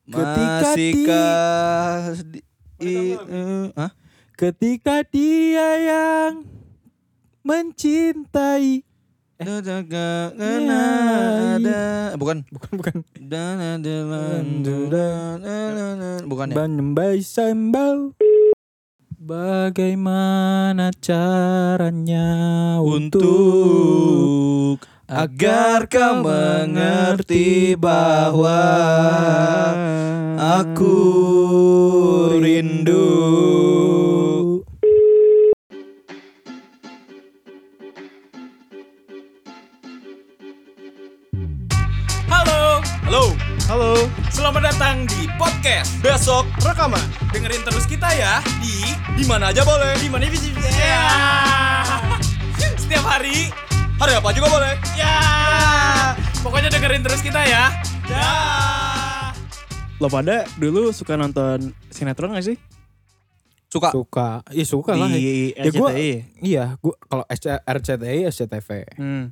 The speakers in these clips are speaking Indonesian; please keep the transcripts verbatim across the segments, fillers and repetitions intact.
Masihkah di, i, uh, huh? Ketika dia yang mencintai Eh. Ada bukan bukan bukan bukan ya. Menyembah sembau. Bagaimana caranya untuk agar kau mengerti bahwa aku rindu. Halo, Halo, halo. Selamat datang di podcast besok Rekaman. Dengerin terus kita ya di di mana aja boleh. di mana bisa. Ya. Setiap hari. Hari apa juga boleh. Ya. Pokoknya dengerin terus kita ya. Ya. Lo pada dulu suka nonton sinetron gak sih? Suka. suka iya suka lah Di ya gua, R C T I? iya gua kalau R C T I S C T V Hmm.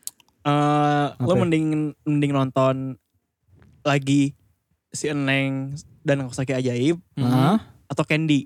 Uh, lo Apa ya? mending mending nonton lagi si Eneng dan Kosaki Ajaib Hah? atau Candy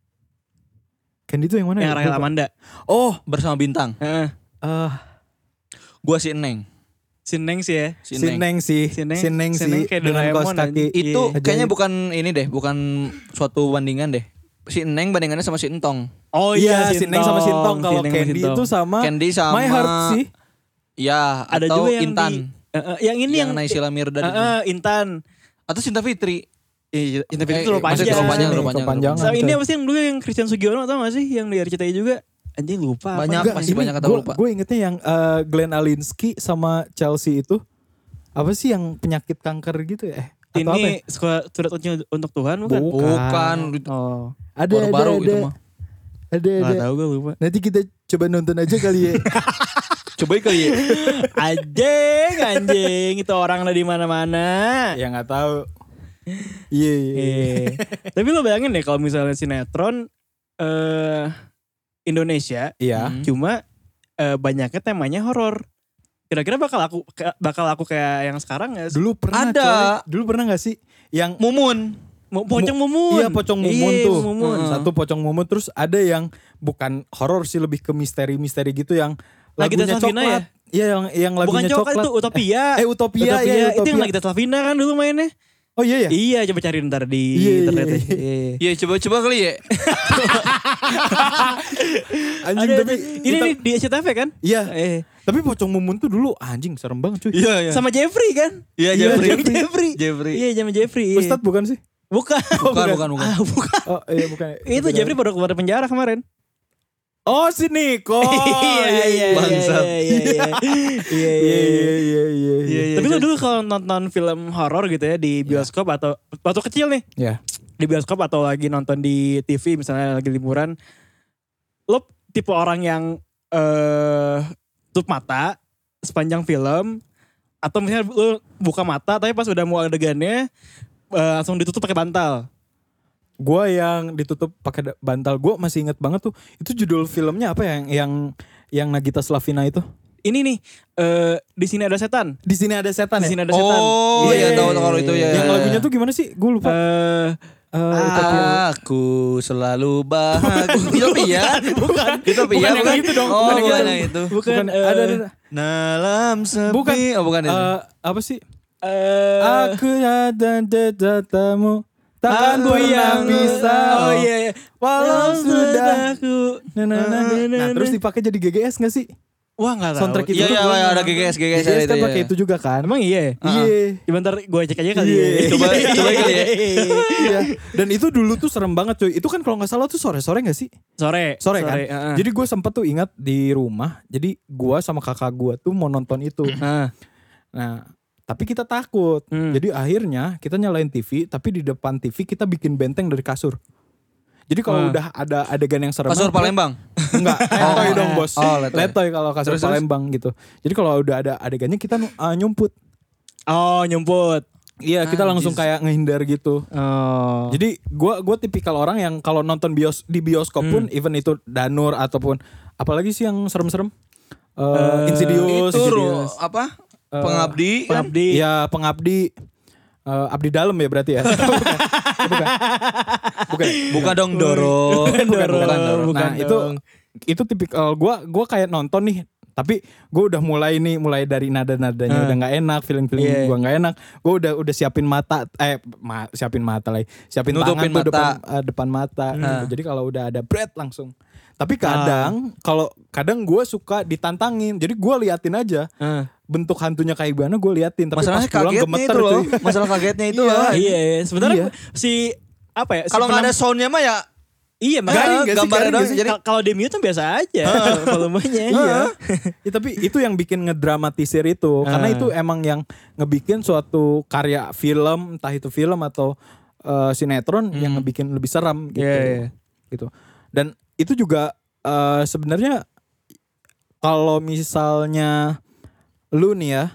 Candy itu yang mana yang ya? Rahel Gua- Amanda. Oh, bersama bintang. Heeh. Eh, Gua si Eneng. Si Neng sih ya. Si si Eneng. Neng sih Si Neng- si Neng si sih Neng kayak dengan Doraemon kaos kaki anjing. Itu Iya. kayaknya Ajaib. bukan ini deh, bukan suatu bandingan deh. Si Eneng bandingannya sama si Entong. Oh iya si Neng sama Sintong. Kalau Si Neng sama Candy Sintong. itu sama Candy sama My Heart sih. Ya, Ada atau juga yang Intan. di- Eh, eh, yang ini yang yang Naysila Mirdad Eh, itu. eh, Intan. Atau Sinta Fitri. Iya, Intan Eh, itu terlalu maksudnya panjang. terlalu panjang, Nih, terlalu panjang. kepanjangan. Sama ini coy. apa sih yang dulu yang Christian Sugiono tau gak sih yang di R C T I juga? Anjing lupa. apa. Banyak. Enggak, masih ini banyak kata gua, lupa. Gue ingetnya yang uh, Glenn Alinsky sama Chelsea itu apa sih yang penyakit kanker gitu ya? Eh, atau apa ya? Ini surat surat untuk untuk Tuhan bukan? Bu- Bukan. Oh, Ada Baru-baru ada itu ada. mah. Ada ada. nggak tahu gue lupa. Nanti kita coba nonton aja kali ya. Coba kali ya. Anjing, anjing itu orang ada di mana-mana. Ya nggak tahu. Iya iya. Eh, tapi lo bayangin deh kalau misalnya sinetron eh Indonesia Iya. Hmm. cuma eh, banyaknya temanya horor. Kira-kira bakal aku bakal aku kayak yang sekarang gak sih? Dulu pernah Ada. coy. Dulu pernah gak sih yang Mumun. Mo- Pocong Mumun. Iya pocong mumun Iya, tuh. Mumun. Heeh. Satu pocong mumun, terus ada yang bukan horor sih, lebih ke misteri-misteri gitu yang Nagita lagunya Slavina coklat. Iya yang yang Bukan lagunya coklat coklat. itu Utopia. Eh Utopia, Utopia, ya itu yang Utopia. Nagita Slavina kan dulu mainnya. Oh iya ya. Iya, coba cari ntar di Iya, iya, internet. iya. ya. Iya. Iya, coba-coba kali ya. Anjing Ada, tapi ada. ini kita- nih di S C T V kan? Iya. Eh. Tapi pocong mumun tuh dulu anjing serem banget cuy. Iya, iya. Sama Jeffrey kan? Iya, Iya, Jeffrey. Jeffrey. Jeffrey. Jeffrey. Iya, sama Jeffrey. Iya. Ustadz bukan sih? Bukan. Bukan, bukan, bukan. Ah, bukan. Oh iya bukan. Itu Bukan. Jeffrey baru keluar dari penjara kemarin. Oh si Niko. iya, iya, Bangsat. iya, iya, iya. Iya, Iya iya, iya iya iya. Iya, Tapi lo dulu kalau nonton film horor gitu ya di bioskop atau waktu kecil nih Iya. di bioskop atau lagi nonton di T V misalnya lagi liburan, lo tipe orang yang eh tutup mata sepanjang film atau misalnya lo buka mata tapi pas udah mau adegannya eh, langsung ditutup pakai bantal. Gue yang ditutup pakai da- bantal. Gue masih inget banget tuh. Itu judul filmnya apa ya yang yang yang Nagita Slavina itu? Ini nih eh di sini ada setan. Di sini ada setan Di ya. sini ada setan. Oh, iya, tahu tahu kalau itu ya. Yang lagunya tuh gimana sih? Gue lupa. Eh Eh, Utopia. Aku selalu bahagia. Utopia. bukan. Utopia Bukan yang bukan itu dong, Oh, bukan yang bukan itu. yang itu. Bukan, Bukan, eh, ada ada. Dalam sepi. Bukan. Oh, bukan itu. Eh, apa sih? eh Aku ada datamu takkan Aku pernah yang bisa. Oh iya, iya. Walau sudah. aku. Nah, nah, nah. Nah, terus dipakai jadi G G S gak sih? Wah nggak tahu. Soundtrack itu Iya, tuh iya, gua iya, ada nonton. G G S, G G S G G S ada kan itu, pakai iya. itu juga kan? Emang iya. Iya. Coba ntar gue cek aja kali Iya. ya. Coba coba kali ya. Iya. Dan itu dulu tuh serem banget cuy. Itu kan kalau nggak salah tuh sore-sore gak sih? Sore. Sore, kan? heeh. Jadi gue sempet tuh ingat di rumah. Jadi gue sama kakak gue tuh mau nonton itu. Nah, Nah, tapi kita takut. Hmm. Jadi akhirnya kita nyalain T V, tapi di depan T V kita bikin benteng dari kasur. Jadi Ah. kalau udah ada adegan yang serem, Kasur Palembang. enggak, letoy dong bos. Oh, letoy. letoy kalau kasur Terus, terus? Palembang gitu. Jadi kalau udah ada adegannya kita uh, nyumput. oh nyumput. Iya, kita Ah, langsung jis. kayak ngehindar gitu. Oh. Jadi gue gue tipikal orang yang kalau nonton bios di bioskop pun, even itu Danur ataupun apalagi sih yang serem-serem, uh, Insidious, Itu Insidious. ru- apa? Eh, Pengabdi. kan? Pengabdi. Iya, Pengabdi. Eh, Abdi Dalam ya berarti ya. bukan. Bukan. Bukan. Bukan dong Doro. bukan, bukan, Doro, bukan, Doro. bukan Nah, itu dong. itu tipikal gua gua kayak nonton nih, tapi gue udah mulai nih mulai dari nada-nadanya Uh. udah nggak enak, feeling-feeling Yeah. gue nggak enak. Gue udah udah siapin mata, eh ma- siapin mata lagi, siapin Nutupin tangan tuh mata. depan eh, depan mata. Hmm. gitu. Jadi kalau udah ada bread langsung. Tapi kadang kalau kadang gue suka ditantangin, jadi gue liatin aja Heeh. bentuk hantunya kayak gimana, gue liatin. Tapi Masalahnya pas pulang kagetnya gemeter itu loh. cuy. Masalah kagetnya itu Iya. lah. Iya, iya. sebenarnya Iya. si apa ya? si Kalau nggak ada penam- soundnya mah ya iya, Garing makanya nggak sih, gambarnya garing doang. nggak sih? Jadi Kal- kalau di mute tuh biasa aja volumenya. Iya. Ya, tapi itu yang bikin ngedramatisir itu, karena Ah. itu emang yang ngebikin suatu karya film, entah itu film atau eh, sinetron yang ngebikin lebih seram gitu. Iya, iya. Gitu. Dan itu juga eh, sebenarnya kalau misalnya lu nih ya,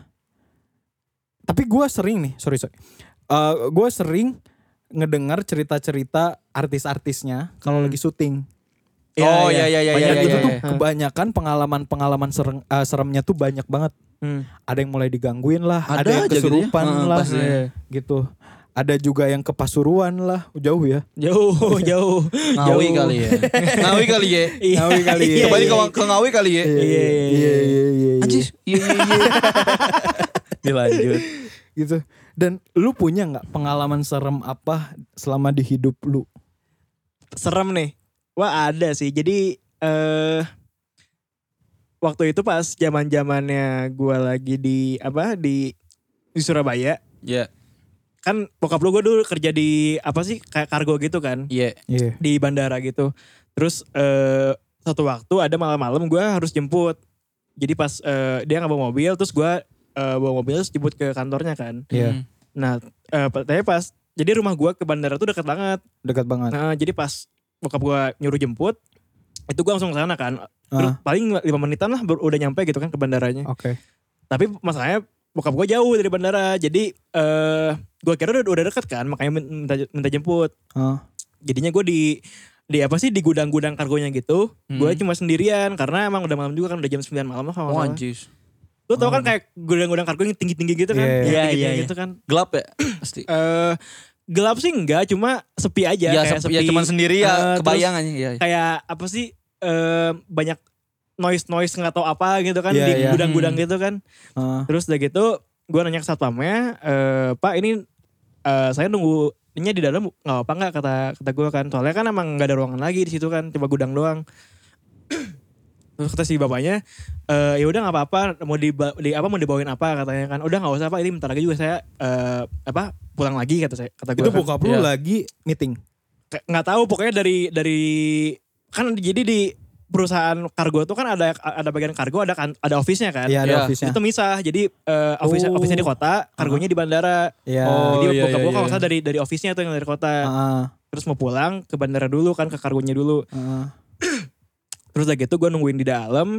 tapi gue sering nih, sorry sorry, Eh, gue sering ngedengar cerita-cerita artis-artisnya kalau Hmm. lagi syuting. Oh iya iya iya Banyak iya. itu iya, tuh iya. kebanyakan pengalaman-pengalaman serem, eh, seremnya tuh banyak banget. Hmm. Ada yang mulai digangguin lah, ada, Ada yang aja gitu ya. kesurupan Heeh, lah, pasti. gitu. Ada juga yang ke Pasuruan lah, jauh ya. Jauh, jauh. Ngawi Jauh. kali ya. Ngawi kali ya. Iya. Ngawi kali ya. Kembali ke, iya. ke Ngawi kali ya. Iya, iya, iya, iya, iya. Anjir. Iya iya iya. Dilanjut. Gitu. Dan lu punya nggak pengalaman serem apa selama di hidup lu? Serem nih. Wah, ada sih. Jadi eh waktu itu pas zaman-zamannya gue lagi di apa di di Surabaya, Iya. kan bokap lu gue dulu kerja di apa sih kayak kargo gitu kan, Iya. Iya. di bandara gitu. Terus eh satu waktu ada malam-malam gue harus jemput. Jadi pas eh, dia nggak bawa mobil, terus gue eh, bawa mobil terus jemput ke kantornya kan. Iya. Hmm. Nah, eh, tapi pas jadi rumah gue ke bandara tuh dekat banget. Dekat banget. Nah, jadi pas bokap gue nyuruh jemput, itu gue langsung ke sana kan. Terus Ah. paling lima menitan lah baru- udah nyampe gitu kan ke bandaranya. Oke. Tapi masalahnya bokap gue jauh dari bandara. Jadi eh gue kira udah, udah deket kan, makanya minta, minta jemput. Ah. Jadinya gue di di apa sih di gudang-gudang kargonya gitu. Hmm. Gue cuma sendirian karena emang udah malam juga kan, udah jam sembilan malam lah kalau Oh nggak salah. anjir. Lu tau kan kayak gudang-gudang kargo yang tinggi-tinggi gitu kan? Iya, Yang iya, tinggi-tinggi iya, gitu kan. Gelap ya pasti. Eh gelap sih enggak, cuma sepi aja. Ya, kayak sepi, ya cuman sendiri ya Eh, kebayang aja. Iya. kayak apa sih eh, banyak noise noise nggak tahu apa gitu kan Iya, di iya. gudang-gudang Hmm. gitu kan. Ah. Terus udah gitu gue nanya ke satpamnya, eh, Pak ini eh, saya nunggu ini di dalam nggak apa nggak kata kata gue kan, soalnya kan emang nggak ada ruangan lagi di situ kan, cuma gudang doang. Terus kata si bapaknya, eh, ya udah nggak apa-apa, mau di, di apa mau dibawain apa katanya kan, udah nggak usah Pak, ini bentar lagi juga saya eh, apa pulang lagi kata saya kata gue. Itu bokap lu Iya. lagi meeting. Kayak nggak tahu pokoknya dari dari kan jadi di perusahaan kargo tuh kan ada ada bagian kargo, ada kan ada office-nya kan. Iya, ada Iya. office-nya. Itu misah. Jadi eh, office Oh. office-nya di kota, kargonya di bandara. Iya. Oh, Jadi iya, bokap iya, gua kalau iya. nggak salah dari dari office-nya tuh yang dari kota. Ah, Terus mau pulang ke bandara dulu kan, ke kargonya dulu. ah. Terus udah gitu gue nungguin di dalam.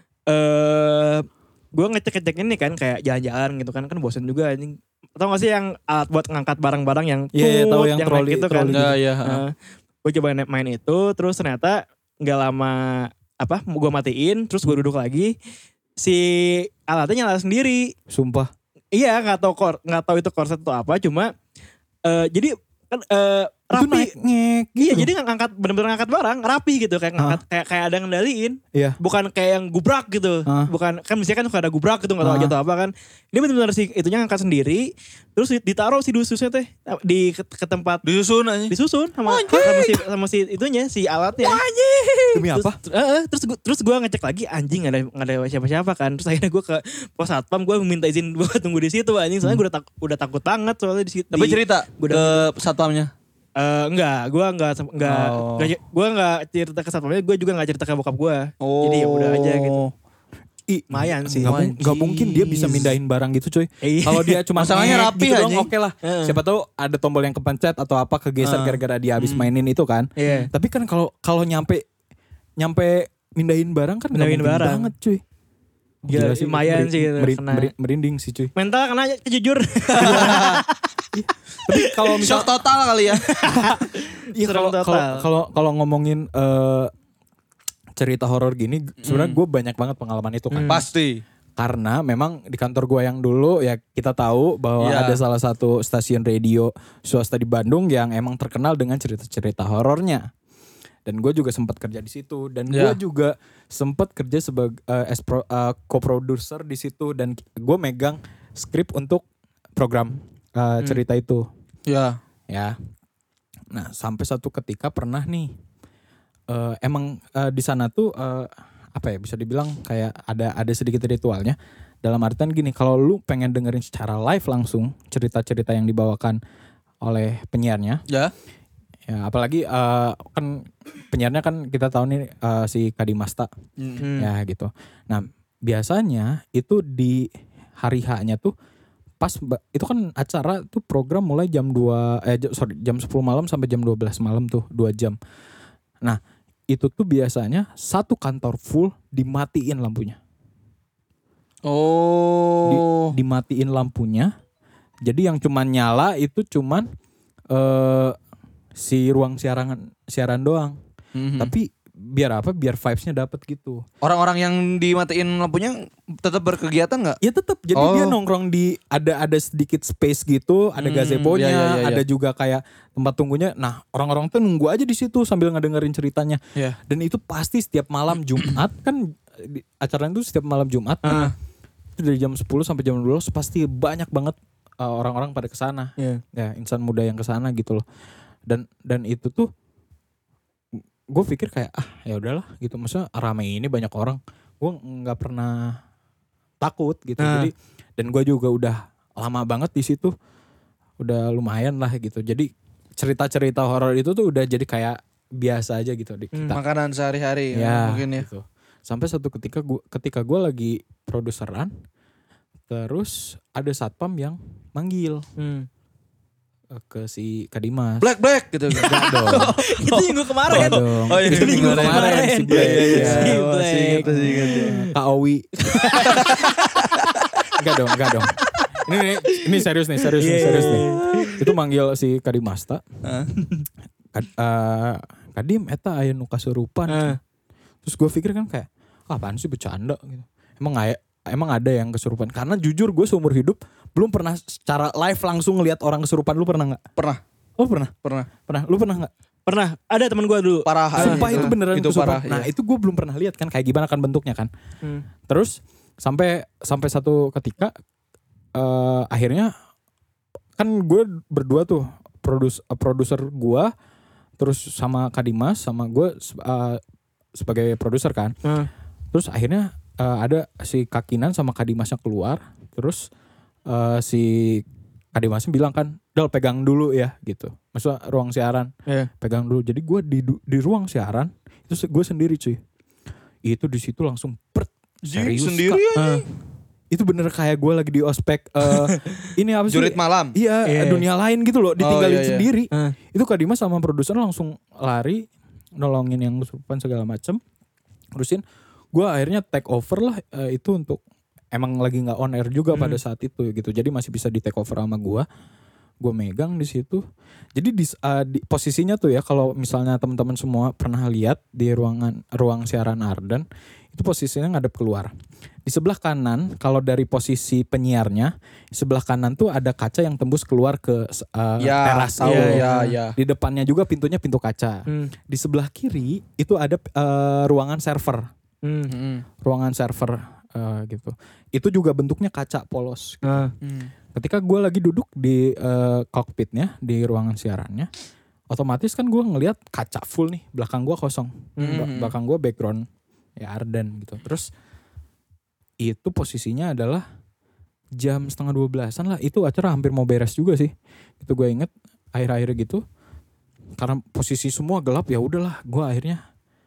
Eh gue ngecek-ngecek ini kan kayak jalan-jalan gitu kan, kan bosen juga anjing. Tau gak sih yang alat buat ngangkat barang-barang yang Iya, iya, tahu tut, yang naik troli- gitu kan. troli Iya iya. gue coba main itu, terus ternyata nggak lama apa gue matiin, terus gue duduk lagi, si alatnya nyala sendiri. Sumpah. Iya, nggak tahu kor nggak tahu itu korset atau apa, cuma eh, jadi kan eh, Itu rapi. naik ngek gitu. Iya, jadi ngangkat bener-bener ngangkat barang rapi gitu, kayak ngangkat kayak kayak ada yang ngendaliin. Iya. Bukan kayak yang gubrak gitu. Ah. Bukan kan biasanya kan suka ada gubrak gitu, nggak tahu Ah. aja atau apa kan. Ini bener-bener sih itunya ngangkat sendiri, terus ditaruh si dususnya teh di ke, ke tempat Disusun aja. disusun sama sama si sama si itunya, si alatnya. Demi Terus, apa? eh, eh, terus gue terus gue ngecek lagi, anjing nggak ada nggak ada siapa-siapa kan. Terus akhirnya gue ke pos satpam, gue minta izin buat tunggu di situ anjing, soalnya gue udah tak, udah takut banget soalnya di situ. Tapi cerita gudang ke satpamnya. Eh, enggak, gue enggak enggak Oh. gue enggak cerita ke satpamnya, gue juga enggak cerita ke bokap gue. Jadi ya udah aja gitu. Ih, Lumayan sih. Nggak, mung- nggak Anjis. mungkin dia bisa mindahin barang gitu coy. Iya. Kalau dia cuma Masalahnya ngek rapi gitu doang, anjing. oke lah. Heeh. Siapa tahu ada tombol yang kepencet atau apa kegeser Ah. gara-gara dia habis Hmm. mainin itu kan. Iya. Tapi kan kalau kalau nyampe nyampe mindahin barang kan nggak Mindahin mungkin barang. banget cuy. Gila, lumayan meri- sih gitu, meri- kena. meri- merinding sih cuy. Mental kena jujur. Tapi kalau misal Shock total kali ya. iya, serem kalau total. kalau kalau kalau ngomongin eh, cerita horor gini, sebenarnya Hmm. gue banyak banget pengalaman itu kan. Hmm. Pasti. Karena memang di kantor gua yang dulu ya kita tahu bahwa Iya. ada salah satu stasiun radio swasta di Bandung yang emang terkenal dengan cerita-cerita horornya. Dan gue juga sempat kerja di situ dan gue Iya. juga sempat kerja sebagai uh, as pro, uh, co-producer di situ dan gue megang skrip untuk program uh, cerita itu. Ya. Ya. Nah, sampai satu ketika pernah nih uh, emang uh, di sana tuh uh, apa ya bisa dibilang kayak ada ada sedikit ritualnya. Dalam artian gini, kalau lu pengen dengerin secara live langsung cerita-cerita yang dibawakan oleh penyiarnya, Ya. ya apalagi uh, kan penyiarnya kan kita tahu nih uh, si Kadimasta, Hmm. ya gitu. Nah, biasanya itu di hari H-nya tuh pas ba- itu kan acara tuh program mulai jam dua eh j- sorry jam sepuluh malam sampai jam dua belas malam tuh dua jam. Nah, itu tuh biasanya satu kantor full dimatiin lampunya. Oh. Di- dimatiin lampunya. Jadi yang cuman nyala itu cuman eh si ruang siaran siaran doang. Mhm. Tapi biar apa? Biar vibes-nya dapet gitu. Orang-orang yang dimatiin lampunya tetap berkegiatan nggak? Ya tetap. Jadi Oh. dia nongkrong di ada ada sedikit space gitu, ada Hmm, gazebo-nya, iya, iya, iya, ada iya. juga kayak tempat tunggunya. Nah, orang-orang tuh nunggu aja di situ sambil ngedengerin ceritanya. Iya. Dan itu pasti setiap malam Jumat kan di- acaranya itu setiap malam Jumat. Ah. Itu dari jam sepuluh sampai jam dua belas pasti banyak banget uh, orang-orang pada kesana. Iya. Ya, insan muda yang kesana gitu loh. Dan dan itu tuh gue pikir kayak ah ya udahlah gitu, maksudnya rame ini banyak orang, gue nggak pernah takut gitu. Nah. Jadi dan gue juga udah lama banget di situ, udah lumayan lah gitu. Jadi cerita-cerita horor itu tuh udah jadi kayak biasa aja gitu di kita. Makanan sehari-hari Ya, mungkin ya. gitu. Sampai satu ketika gua ketika gue lagi produseran, terus ada satpam yang manggil Hmm. eh, ke si Kadimas. Black black gitu. Enggak dong. Itu minggu kemarin. Enggak dong. Oh, iya, Itu minggu kemarin. kemarin si Iya, Black. iya, iya. Ya. Si Oh, Black. masih ingat, masih ingat, ya. Kak Owi. Enggak dong, enggak dong. Ini ini, ini serius nih, serius nih, Iya, serius iya, nih. Itu manggil si Kadimasta. Kad, eh, Kadim eta aya nu kasurupan. Ah. Terus gue pikir kan kayak ah, apaan sih bercanda gitu. Emang aya emang ada yang kesurupan? Karena jujur gue seumur hidup belum pernah secara live langsung ngelihat orang kesurupan. Lu pernah nggak? Pernah, Oh pernah, pernah. pernah. Lu pernah nggak? Pernah. Ada teman gue dulu. Parah. Sumpah itu beneran itu kesurupan. parah. Nah iya. itu gue belum pernah lihat kan kayak gimana kan bentuknya kan. Hmm. Terus sampai sampai satu ketika eh, akhirnya kan gue berdua tuh produs eh, produser gue terus sama Kadimas sama gue eh, sebagai produser kan. Ah. Terus akhirnya eh, ada si Kakinan sama Kadimasnya keluar. Terus eh, si Kadimasnya bilang kan, Dal pegang dulu ya gitu. Maksudnya ruang siaran Iya. pegang dulu. Jadi gue di du- di ruang siaran itu gue sendiri cuy. Itu di situ langsung pert, serius sendiri Kak. aja. Eh, itu bener kayak gue lagi di ospek eh, ini apa sih? Jurit malam. Iya, Iya. dunia lain gitu loh, ditinggalin iya, iya. sendiri. Ah. Itu Kak Dimas sama produser langsung lari nolongin yang kesurupan segala macem. Terusin gue akhirnya take over lah eh, itu untuk emang lagi nggak on air juga Hmm. pada saat itu gitu. Jadi masih bisa di take over sama gue. Gue megang di situ. Jadi di, eh, di posisinya tuh ya kalau misalnya teman-teman semua pernah lihat di ruangan ruang siaran Ardan itu posisinya ngadep keluar. Di sebelah kanan kalau dari posisi penyiarnya, sebelah kanan tuh ada kaca yang tembus keluar ke eh, Ya, teras tahu. gitu. Ya, ya. Di depannya juga pintunya pintu kaca. Hmm. Di sebelah kiri itu ada eh, ruangan server, Hmm. Hmm. ruangan server eh, gitu. Itu juga bentuknya kaca polos. Ah. Hmm. Ketika gue lagi duduk di eh, cockpitnya, di ruangan siarannya, otomatis kan gue ngelihat kaca full nih, belakang gue kosong, Ba- Hmm. belakang gue background ya Ardan gitu. Terus itu posisinya adalah jam setengah dua belasan lah. Itu acara hampir mau beres juga sih. Itu gue inget akhir-akhir gitu. Karena posisi semua gelap ya udahlah, gue akhirnya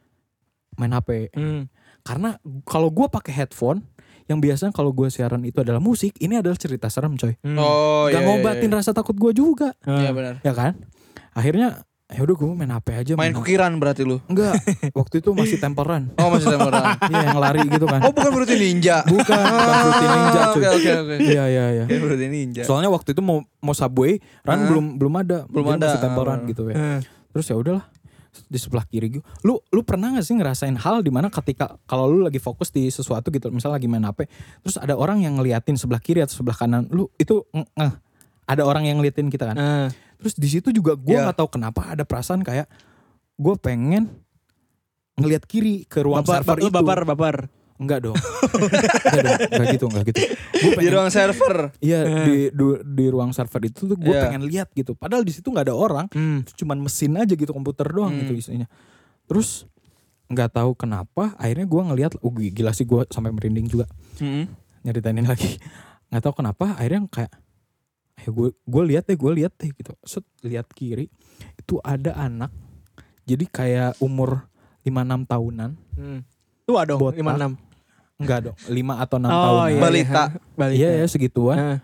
main H P. Hmm. Karena kalau gue pakai headphone, yang biasanya kalau gue siaran itu adalah musik, ini adalah cerita serem coy. Hmm. Oh, Gak iya, ngobatin iya, rasa takut gue juga, Ah. iya. Iya benar. ya kan? Akhirnya ya udah gue main H P aja. Main kukiran berarti lu. Enggak, waktu itu masih Temple Run. Oh, masih sama orang. Iya yang lari gitu kan. Oh, bukan Fruity Ninja. Bukan, bukan Fruity Ninja cuy. Oke, oke, oke. Iya iya iya. Ya, Fruity Ninja. Soalnya waktu itu mau mau Subway Run Ah. belum belum ada, Belum Jadi ada. masih Temple Run Ah. gitu ya. Ah. Terus ya udahlah, di sebelah kiri gue. Lu lu pernah gak sih ngerasain hal dimana ketika kalau lu lagi fokus di sesuatu gitu, misalnya lagi main H P, terus ada orang yang ngeliatin sebelah kiri atau sebelah kanan, lu itu ngeh, ada orang yang ngeliatin kita kan. Uh. Terus di situ juga gue Yeah. nggak tahu kenapa ada perasaan kayak gue pengen ngelihat kiri ke ruang Baper, server lu itu. baper, baper. Enggak dong. Enggak dong, enggak gitu, enggak gitu. Gua Di pengen, ruang server. iya di, di di ruang server itu tuh gue Iya. pengen lihat gitu. Padahal di situ nggak ada orang, Hmm. itu cuman mesin aja gitu, komputer doang Hmm. gitu isinya. Terus nggak tahu kenapa akhirnya gue ngelihat, oh gila sih gue sampai merinding juga Mm-mm. nyeritainin lagi. Nggak tahu kenapa akhirnya kayak, ayo gue gue lihat deh, gue lihat deh gitu. Set lihat kiri itu ada anak, jadi kayak umur lima enam tahunan. Hmm. Tua dong, Botak. lima enam. Enggak dong, lima atau enam Oh tahunan. iya. Balita. Balita. Iya ya segituan. Nah.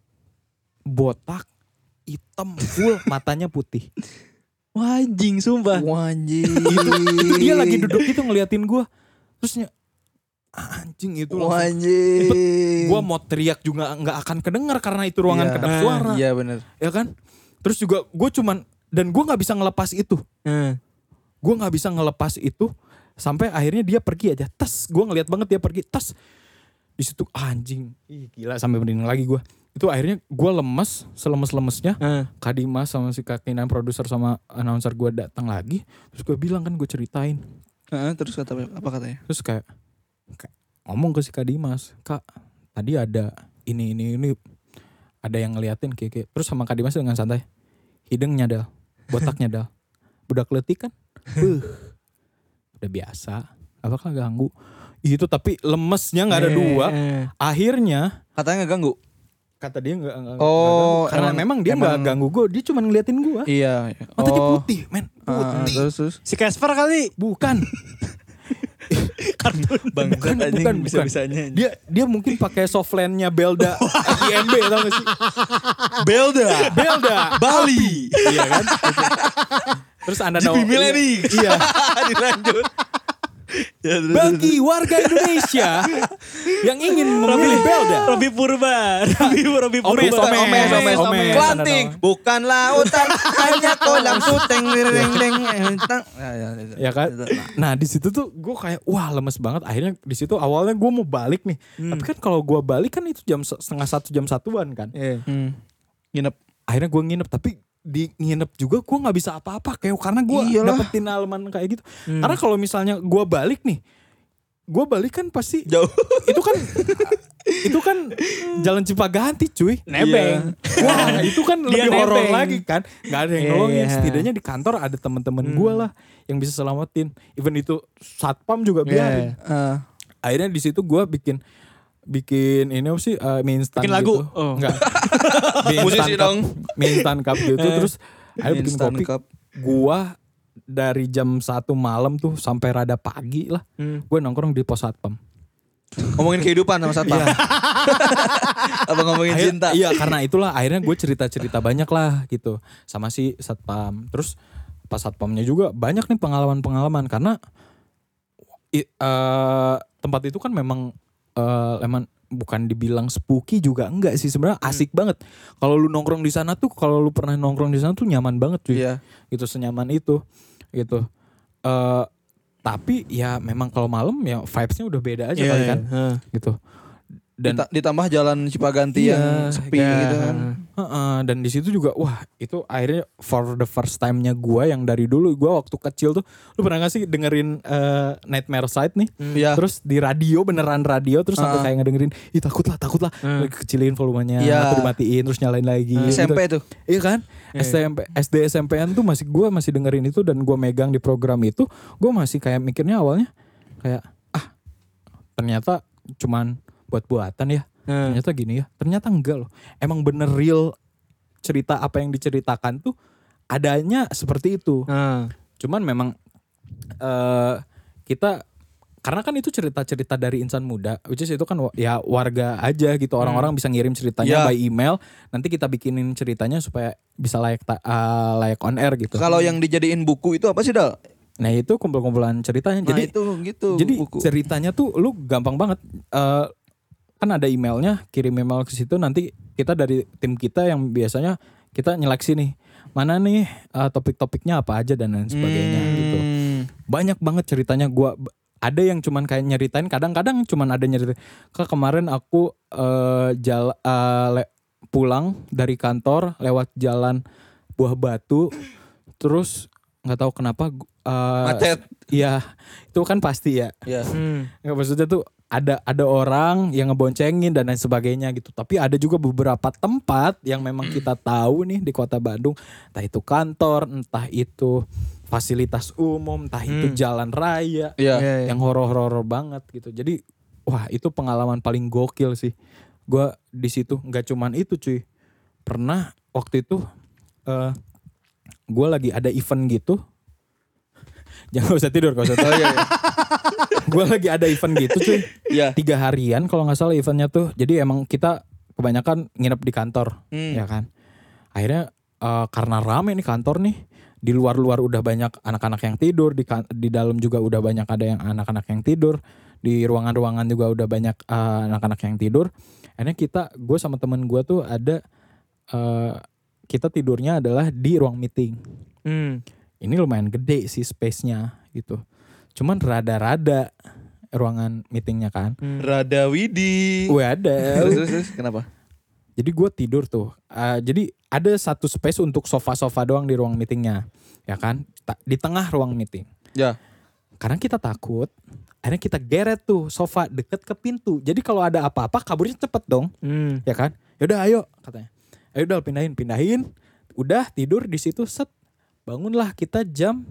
Botak, hitam, full, matanya putih. Wajing sumpah. Wanjing. Itu dia lagi duduk itu ngeliatin gue. Terusnya anjing itu langsung. Wanjing. Gue mau teriak juga nggak akan kedengar karena itu ruangan Iya. kedap suara. Iya benar. Ya kan? Terus juga gue cuman, dan gue nggak bisa ngelepas itu. Hmm. Gue nggak bisa ngelepas itu sampai akhirnya dia pergi aja. Tas, gue ngeliat banget dia pergi. Tas, di situ anjing. Ih gila, sampai merinding lagi gue. Itu akhirnya gue lemes, selemes-lemesnya. Hmm. Kak Dimas sama si Kak Kinan, produser sama announcer gue datang lagi. Terus gue bilang kan, gue ceritain. Heeh, terus kata apa katanya? Terus kayak, kayak ngomong ke si Kak Dimas, Kak tadi ada ini ini ini ada yang ngeliatin kayak, kayak. Terus sama Kak Dimas dengan santai, hidungnya Dal, botaknya Dal, budak letik kan, Buh, udah biasa, apakah ganggu? Itu tapi lemesnya nggak ada Eh, dua. eh. Akhirnya Katanya nggak ganggu. kata dia nggak nggak- Oh, nggak ganggu. Karena emang- memang dia nggak emang- ganggu gue, dia cuma ngeliatin gue. Iya. Matanya Oh. putih, men, Ah, putih. terus terus. Si Casper kali. Bukan. Kartun. bukan, bukan, bukan. Bisa-bisanya. Dia dia mungkin pakai softlandnya Belda I M B, tau gak sih? Belda. Belda Bali. iya kan? Terus anda J P tahu Millennials. iya. Dilanjut. Ya, terus, terus, Bagi warga Indonesia yang ingin memilih Belda, Robi Purba. Robi Robi Purba. Omes, omes, omes, omes, omes. Kelanting, bukan lautan, hanya kolam suteng, deng, deng, entang. Ya, ya, ya kan? Nah di situ tuh gue kayak wah lemes banget. Akhirnya di situ awalnya gue mau balik nih, tapi kan kalau gue balik kan itu jam se- setengah satu jam satuan kan. Iya. Hmm. Nginep. Akhirnya gue nginep, tapi di nginep juga gue nggak bisa apa-apa kayak karena gue Iyalah. dapetin aleman kayak gitu. Hmm. Karena kalau misalnya gue balik nih, gue balik kan pasti Jauh. itu kan itu kan jalan Cipaganti cuy. Nebeng. Wah itu kan Dia lebih horor nebeng. lagi kan. Gak ada yang Iya, nolongin. iya. Setidaknya di kantor ada teman-teman gue lah yang bisa selamatin. Even itu satpam juga biarin. Iya. Ah. Akhirnya di situ gue bikin bikin ini apa sih uh, mie instan Bikin lagu? gitu. Oh. Enggak. Mie Musisi instan cup, dong. mie instan cup gitu. Eh. Terus akhirnya bikin Instant kopi. cup. Gua dari jam satu malam tuh sampai rada pagi lah. Hmm. Gue nongkrong di pos satpam. Ngomongin kehidupan sama satpam. Iya. Apa ngomongin Akhir- cinta? Iya karena itulah akhirnya gue cerita-cerita banyak lah gitu sama si satpam. Terus pas satpamnya juga banyak nih pengalaman-pengalaman karena i- eh, tempat itu kan memang eh, emang bukan dibilang spooky juga enggak sih sebenarnya asik banget. Kalau lu nongkrong di sana tuh, kalau lu pernah nongkrong di sana tuh nyaman banget cuy. Iya. Gitu senyaman itu gitu. Eh tapi ya memang kalau malam ya vibes-nya udah beda aja Iya, kali iya. kan Heeh. gitu. Dan Dita- ditambah jalan Cipaganti Iya, yang sepi iya. gitu kan. Heeh, dan di situ juga wah itu akhirnya for the first time-nya gue yang dari dulu gue waktu kecil tuh, lu pernah gak sih dengerin eh, Nightmare Side nih Iya. terus di radio beneran radio terus sampai Ah. kayak ngedengerin ih takut lah takut lah Hmm. kecilin volumenya Iya. atau dimatiin terus nyalain lagi S M P gitu. tuh. Iya kan Iya. S M P S D S M P-an tuh masih gue masih dengerin itu dan gue megang di program itu. Gue masih kayak mikirnya awalnya kayak ah ternyata cuman buat-buatan ya. Heeh. Ternyata gini ya, ternyata enggak loh. Emang bener real cerita apa yang diceritakan tuh adanya seperti itu. Heeh. Cuman memang eh kita karena kan itu cerita-cerita dari insan muda, which is itu kan wa- ya warga aja gitu. Orang-orang bisa ngirim ceritanya Ya. by email. Nanti kita bikinin ceritanya supaya bisa layak ta- eh, layak on air gitu. Kalau yang dijadiin buku itu apa sih, Dal? Nah itu kumpul-kumpulan ceritanya. Nah, Jadi itu gitu jadi buku. ceritanya tuh lu gampang banget. Eh, kan ada emailnya, kirim email ke situ. Nanti kita dari tim kita yang biasanya kita nyeleksi nih mana nih uh, topik-topiknya apa aja dan lain sebagainya Hmm. gitu. Banyak banget ceritanya. Gua ada yang cuman kayak nyeritain, kadang-kadang cuman ada nyeritain. Kak kemarin aku uh, jala, uh, le- pulang dari kantor lewat jalan Buah Batu, terus nggak tahu kenapa uh, Macet. Iya, itu kan pasti ya. Ya. Hmm. Nggak, maksudnya tuh ada ada orang yang ngeboncengin dan lain sebagainya gitu. Tapi ada juga beberapa tempat yang memang kita tahu nih di Kota Bandung, entah itu kantor, entah itu fasilitas umum, entah itu Hmm. jalan raya Iya. Iya, iya. yang horor-horor banget gitu. Jadi wah itu pengalaman paling gokil sih. Gua di situ nggak cuman itu cuy. Pernah waktu itu eh gue lagi ada event gitu. Jangan usah tidur, gak usah tidur. Oh iya. Gue lagi ada event gitu cuy. Iya. Tiga harian kalau nggak salah eventnya tuh. Jadi emang kita kebanyakan nginep di kantor, Hmm. ya kan. Akhirnya eh, karena rame nih kantor nih. Di luar-luar udah banyak anak-anak yang tidur. Di kan- di dalam juga udah banyak ada yang anak-anak yang tidur. Di ruangan-ruangan juga udah banyak eh, anak-anak yang tidur. Akhirnya kita, gue sama temen gue tuh ada eh, kita tidurnya adalah di ruang meeting. Hmm. Ini lumayan gede sih space-nya gitu. Cuman rada-rada ruangan meetingnya kan. Hmm. Rada Widi. Gue ada. Terus, terus, terus, kenapa? Jadi gue tidur tuh. Uh, jadi ada satu space untuk sofa-sofa doang di ruang meetingnya. Ya kan. Ta- di tengah ruang meeting. Ya. Karena kita takut. Akhirnya kita geret tuh sofa deket ke pintu. Jadi kalau ada apa-apa kaburnya cepet dong. Hmm. Ya kan. Yaudah ayo katanya. Ayo udah pindahin. Pindahin. Udah tidur di situ set. Bangunlah kita jam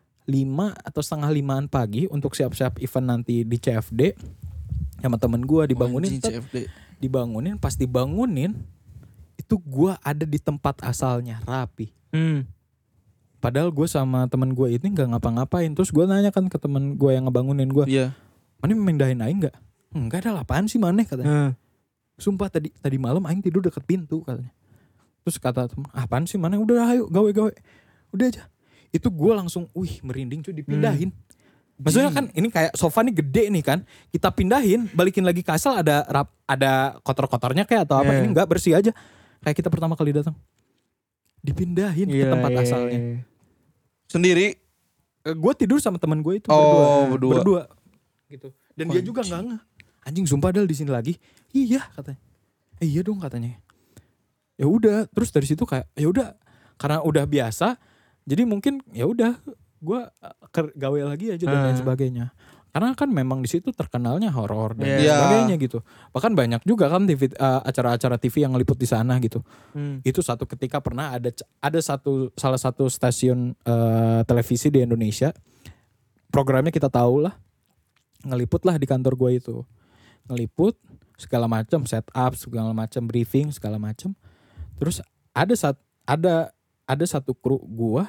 lima atau setengah limaan pagi untuk siap-siap event nanti di C F D. Sama temen gue dibangunin. Anjing, set, C F D. dibangunin. Pas dibangunin. Itu gue ada di tempat asalnya rapi. Hmm. Padahal gue sama temen gue ini gak ngapa-ngapain. Terus gue nanya kan ke temen gue yang ngebangunin gue. Iya. Mana mindahin Aing gak? Enggak ada, apaan sih maneh katanya. Hmm. Sumpah tadi tadi malam Aing tidur deket pintu katanya. Terus kata temen, ah, apaan sih maneh, udah ayo gawe-gawe. Udah aja. Itu gue langsung, wih merinding cuy dipindahin. Maksudnya kan ini kayak sofa nih gede nih kan. Kita pindahin, balikin lagi ke asal ada rap, ada kotor-kotornya kayak atau apa. Yeah. Ini enggak, bersih aja. Kayak kita pertama kali datang. Dipindahin ke Gila, tempat iya, asalnya. iya. Sendiri. Gue tidur sama teman gue itu Oh, berdua. berdua. Gitu. Dan dia juga nggak ngeh. Anjing sumpah Dal di sini lagi. Iya katanya. Eh, iya dong katanya. Ya udah, terus dari situ kayak ya udah karena udah biasa. Jadi mungkin ya udah gue gawe lagi aja dan lain Ah. sebagainya. Karena kan memang di situ terkenalnya horor dan Iya. lain Iya. sebagainya gitu. Bahkan banyak juga kan T V uh, acara-acara T V yang ngeliput di sana gitu. Hmm. Itu satu ketika pernah ada ada satu salah satu stasiun uh, televisi di Indonesia, programnya kita tahu lah, ngeliput lah di kantor gue itu, ngeliput segala macam setup, segala macam briefing, segala macam. Terus ada saat ada ada satu kru gue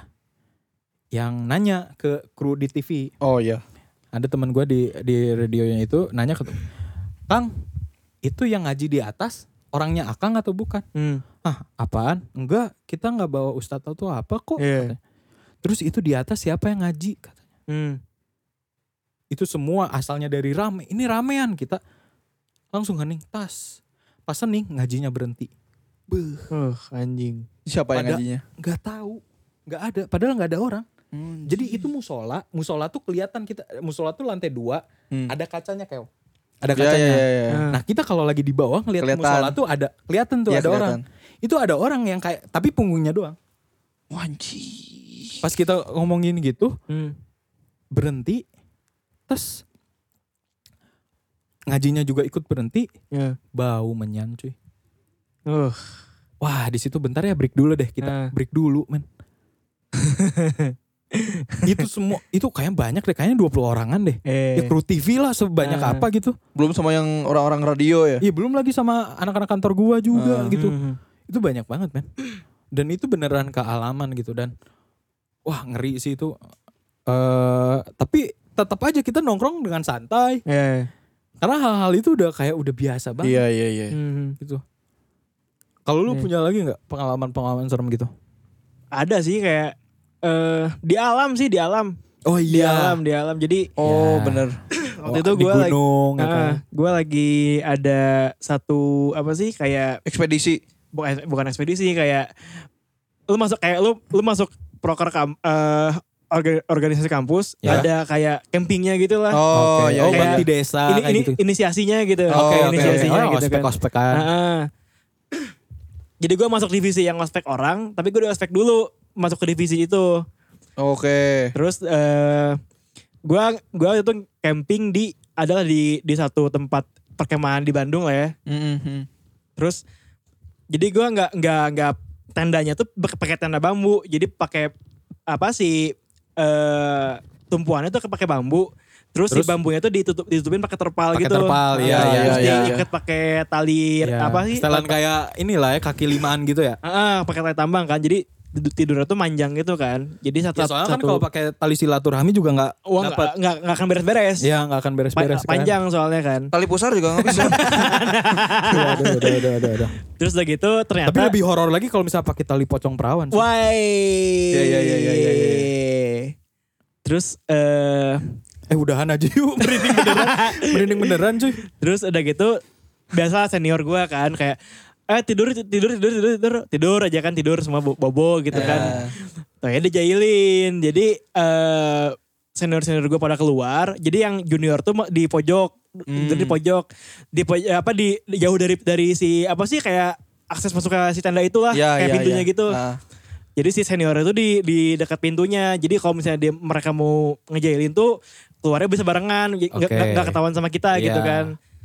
yang nanya ke kru di T V. Oh iya. Ada teman gue di di radionya itu nanya ke Kang, itu yang ngaji di atas orangnya Akang atau bukan? Hmm. Ah, apaan? Enggak, kita nggak bawa ustadz atau apa kok. Iya. Katanya. Terus itu di atas siapa yang ngaji? Katanya. Hmm. Itu semua asalnya dari rame. Ini ramean kita langsung hening tas. Pas hening ngajinya berhenti. Beuh, Uh, anjing. Siapa yang Pada- ngajinya? nggak tahu, nggak ada. Padahal nggak ada orang. Hmm. Jadi itu musola, musola tuh kelihatan kita, musola tuh lantai dua, Hmm. ada kacanya kayak, ada Iya, kacanya. iya, iya, iya. Ah. Nah kita kalau lagi di bawah ngeliat Kelihatan. musola tuh ada, kelihatan tuh Iya, ada orang. kelihatan. Itu ada orang yang kayak, tapi punggungnya doang. Wanci. Pas kita ngomongin gitu, Hmm. berhenti, terus ngajinya juga ikut berhenti, Ya. bau menyan cuy. Uh. Wah di situ bentar ya break dulu deh kita, Ah. break dulu men. Itu semua, itu kayaknya banyak deh, kayaknya dua puluh orangan deh. Eh. Ya kru T V lah sebanyak Ah. apa gitu. Belum sama yang orang-orang radio ya? Iya belum lagi sama anak-anak kantor gua juga Ah. gitu. Hmm. Itu banyak banget men. Dan itu beneran kealaman gitu dan wah ngeri sih itu. Eh tapi tetap aja kita nongkrong dengan santai. Eh. Karena hal-hal itu udah kayak udah biasa banget Iya, iya, iya. Hmm. gitu. Kalau lu Iya. punya lagi nggak pengalaman-pengalaman serem gitu? Ada sih kayak eh di alam sih di alam. Oh Di alam, di alam. Jadi Oh, Ya. bener. waktu itu di gue lagi gunung ya kan? ah, gue lagi ada satu apa sih kayak Ekspedisi. bukan bukan ekspedisi kayak lu masuk kayak lu lu masuk proker kam, uh, orga, organisasi kampus Ya. ada kayak campingnya gitu lah. Oh, Oke. ya, oh ya. berarti desa ini kayak ini gitu. inisiasinya gitu. Oke, Oke, oke, inisiasinya Oh, gitu kan. ospek-ospekan. Heeh. Jadi gue masuk divisi yang ospek orang, tapi gue udah ospek dulu masuk ke divisi itu. Oke. Terus eh gue gue itu camping di adalah di di satu tempat perkemahan di Bandung lah ya. Mhm. Terus jadi gue nggak nggak nggak tendanya tuh pakai tenda bambu, jadi pakai apa sih eh tumpuannya tuh pakai bambu. Terus, Terus? si bambunya tuh ditutup ditutupin pakai terpal Pakai gitu. terpal, iya, Nah, iya, terus iya, diikat pakai tali Ya, apa sih? setelan kayak inilah ya kaki limaan gitu ya. Heeh, pakai tali tambang kan. Jadi tidur- tidurnya tuh manjang gitu kan. Jadi satu Ya, soalnya kan satu kalau pakai tali silaturahmi juga nggak uang dapat. nggak nggak nggak akan beres-beres. Ya nggak akan beres-beres. Pa- panjang soalnya kan. Tali pusar juga nggak bisa. Kan? Aduh, aduh, aduh, aduh, aduh. Terus udah gitu ternyata. Tapi lebih horor lagi kalau misalnya pakai tali pocong perawan. sih. Why? Iya, iya, iya, iya, iya, Terus eh Eh udahan aja yuk, merinding beneran. merinding beneran cuy. terus udah gitu biasa senior gue kan kayak eh tidur tidur tidur tidur tidur tidur aja kan tidur semua bo- bobo gitu kan. Tuh ya dijailin. Jadi eh senior senior gue pada keluar. Jadi yang junior tuh di pojok, Hmm. di pojok, di poj- apa di di- jauh dari dari si apa sih kayak akses masuk ke si tenda itulah Ya, kayak ya, pintunya ya. gitu. Ah. Jadi si senior itu di di dekat pintunya. Jadi kalau misalnya dia, mereka mau ngejailin tuh keluarnya bisa barengan, nggak Oke. nggak- nggak ketahuan sama kita Iya. gitu kan.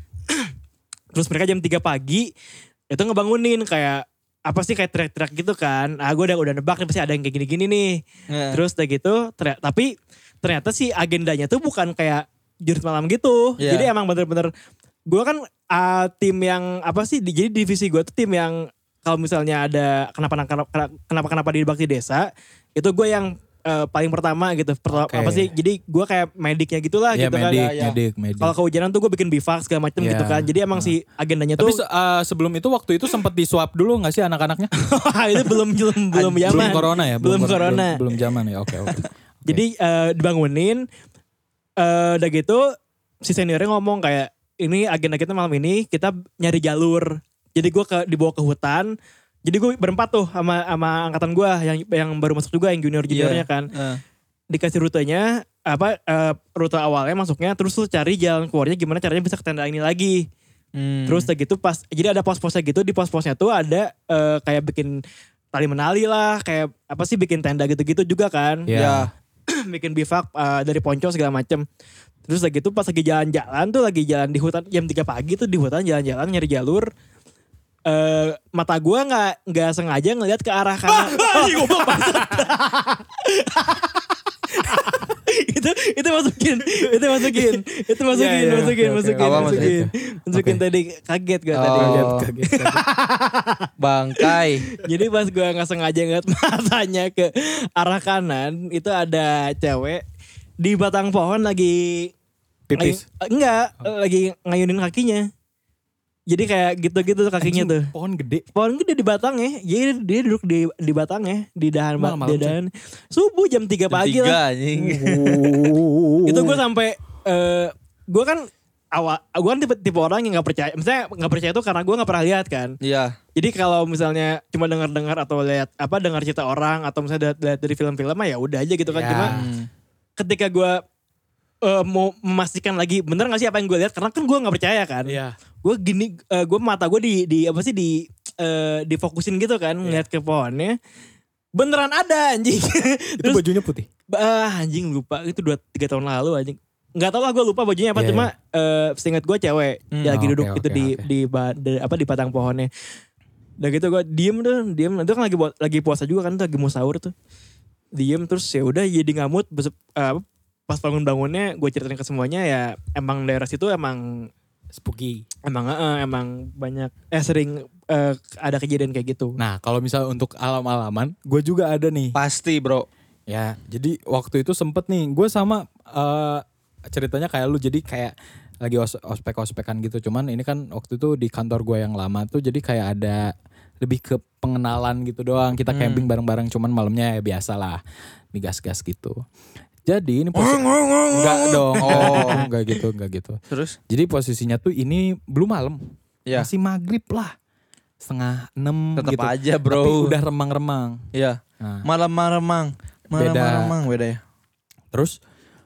Terus mereka jam tiga pagi itu ngebangunin kayak apa sih kayak teriak-teriak gitu kan. Ah gue udah udah nebak nih pasti ada yang kayak gini-gini nih. Ya. Terus udah gitu teriak, tapi ternyata sih agendanya tuh bukan kayak jurit malam gitu. Iya. Jadi emang bener-bener gue kan ah, tim yang apa sih di- jadi divisi gue tuh tim yang kalau misalnya ada kenapa kenapa kenapa di bakti desa itu gue yang eh, paling pertama gitu. Pertama, Oke. apa sih? Jadi gue kayak mediknya gitulah Iya gitu kan. medik, Ya, ya. medik, medik. Kalau kehujanan tuh gue bikin bivak segala macem Iya. gitu kan. Jadi emang si agendanya tuh Tapi se- eh, sebelum itu waktu itu sempat di swab dulu nggak sih anak-anaknya? itu belum belum belum Belum zaman. corona ya? Belum kor- corona. Belum, belum zaman ya, oke oke. Jadi eh, dibangunin, eh udah gitu si seniornya ngomong kayak ini agenda kita malam ini kita nyari jalur. Jadi gue ke dibawa ke hutan. Jadi gue berempat tuh sama sama angkatan gue yang yang baru masuk juga yang junior juniornya Iya. kan. Ah. Dikasih rutenya apa eh, rute awalnya masuknya terus lu cari jalan keluarnya gimana caranya bisa ke tenda ini lagi. Hmm. Terus udah gitu pas jadi ada pos-posnya gitu di pos-posnya tuh ada eh, kayak bikin tali menali lah kayak apa sih bikin tenda gitu-gitu juga kan. Ya. Ya. Bikin bivak eh, dari ponco segala macem. Terus udah gitu pas lagi jalan-jalan tuh lagi jalan di hutan jam tiga pagi tuh di hutan jalan-jalan nyari jalur. Eh mata gua nggak nggak sengaja ngeliat ke arah kanan. itu itu masukin itu masukin itu masukin Iya, iya, masukin oke, oke, masukin oke. masukin Oke. masukin Oke. tadi kaget gue Oh. tadi Kaget, kaget, kaget. Bangkai. jadi pas gue nggak sengaja ngeliat matanya ke arah kanan itu ada cewek di batang pohon lagi Pipis. lagi- enggak lagi ngayunin kakinya jadi kayak gitu-gitu tuh kakinya Anjing, tuh Pohon gede. pohon gede di batangnya jadi dia duduk di di batangnya di dahan ba- Malam-malam, di dahan subuh jam tiga pagi Tiga lah anjing. itu gue sampai eh gue kan awal gue kan tipe, tipe orang yang nggak percaya misalnya nggak percaya itu karena gue nggak pernah lihat kan Iya. jadi kalau misalnya cuma dengar-dengar atau lihat apa dengar cerita orang atau misalnya lihat dari film-film mah ya udah aja gitu kan Ya. cuma Hmm. ketika gue eh, mau memastikan lagi bener gak sih apa yang gue lihat karena kan gue nggak percaya kan Iya. gue gini gue mata gue di di apa sih di eh, difokusin gitu kan ngeliat ke pohonnya beneran ada anjing Itu bajunya putih. ah anjing lupa itu dua tiga tahun lalu anjing nggak tau lah gue lupa bajunya apa Iya, cuma eh seingat gue cewek Hmm, dia lagi oke, duduk oke, itu di oke. di, ba- di apa di batang pohonnya udah gitu gue diem tuh diem itu kan lagi buat lagi puasa juga kan tuh lagi mau sahur tuh diem terus ya udah jadi ngamut besep- eh, apa, pas bangun bangunnya gue ceritain ke semuanya ya emang daerah situ emang Spooky. emang eh, emang banyak eh sering eh, ada kejadian kayak gitu. Nah kalau misalnya untuk alam-alaman, gue juga ada nih. Pasti bro. Ya, jadi waktu itu sempet nih, gue sama eh, ceritanya kayak lu, jadi kayak lagi os- ospek-ospekan gitu. Cuman ini kan waktu itu di kantor gue yang lama tuh, jadi kayak ada lebih ke pengenalan gitu doang. Kita Hmm. camping bareng-bareng, cuman malamnya ya biasa lah, digas-gas gitu. Jadi ini posisi enggak dong, oh enggak gitu, enggak gitu. Terus? Jadi posisinya tuh ini belum malam, Ya. masih maghrib lah. setengah enam Tetap gitu. aja bro. Tapi udah remang-remang. Iya. Nah, Malam-malam. Malam-malam beda ya. terus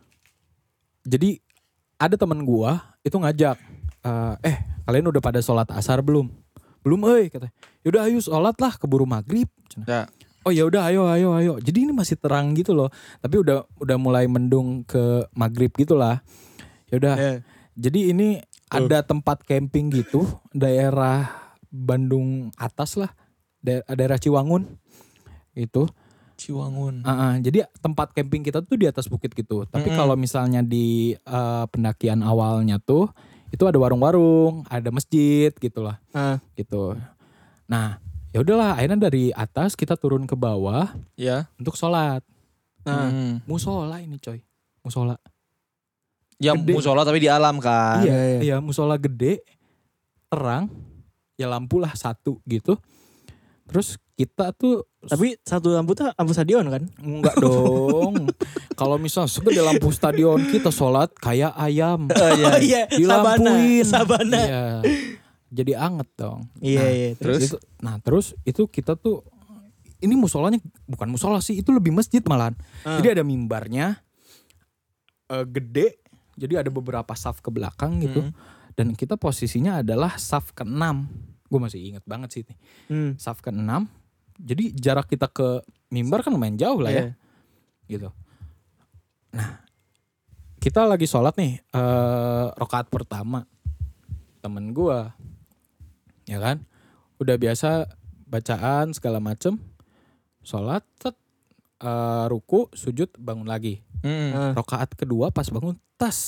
jadi ada teman gua itu ngajak, eh, eh kalian udah pada sholat asar belum? Belum, euy katanya. Yaudah ayo sholat lah keburu maghrib. Ya. Oh ya udah ayo ayo ayo. Jadi ini masih terang gitu loh. Tapi udah udah mulai mendung ke maghrib gitulah. Ya udah. Yeah. Jadi ini ada tempat camping gitu daerah Bandung atas lah, daerah, daerah Ciwangun itu. Ciwangun. Uh, uh, jadi tempat camping kita tuh di atas bukit gitu. Tapi Mm-mm. kalau misalnya di uh, pendakian awalnya tuh itu ada warung-warung, ada masjid gitulah, Ah. gitu. Nah, ya udahlah, akhirnya dari atas kita turun ke bawah Ya. untuk sholat. Nah, Hmm. Musola ini coy, musola. Ya Gede. musola tapi di alam kan. iya, iya. iya, musola gede, terang, ya lampu lah satu gitu. Terus kita tuh tapi satu lampu tuh lampu stadion kan? enggak dong. Kalau misal segede lampu stadion kita sholat kayak ayam. Oh, iya. Oh iya, Sabana. Dilampuin. Sabana. Iya. Jadi anget dong. Iya, Nah, iya. terus itu, nah terus itu kita tuh ini musolanya bukan musola sih, itu lebih masjid malahan. Ah. Jadi ada mimbarnya eh, gede. Jadi ada beberapa saf ke belakang gitu. Hmm. Dan kita posisinya adalah saf keenam. Gue masih inget banget sih ini. Hmm. Saf keenam. Jadi jarak kita ke mimbar kan lumayan jauh lah ya. Iya. Gitu. Nah, kita lagi sholat nih, eh rakaat pertama. Temen gua, ya kan, udah biasa bacaan segala macem, sholat, set, eh, ruku, sujud, bangun lagi. Hmm. Ah. Rakaat kedua pas bangun, tas,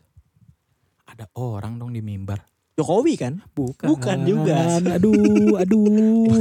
ada orang dong di mimbar. Jokowi kan? Bukan, Bukan juga. Aduh, aduh,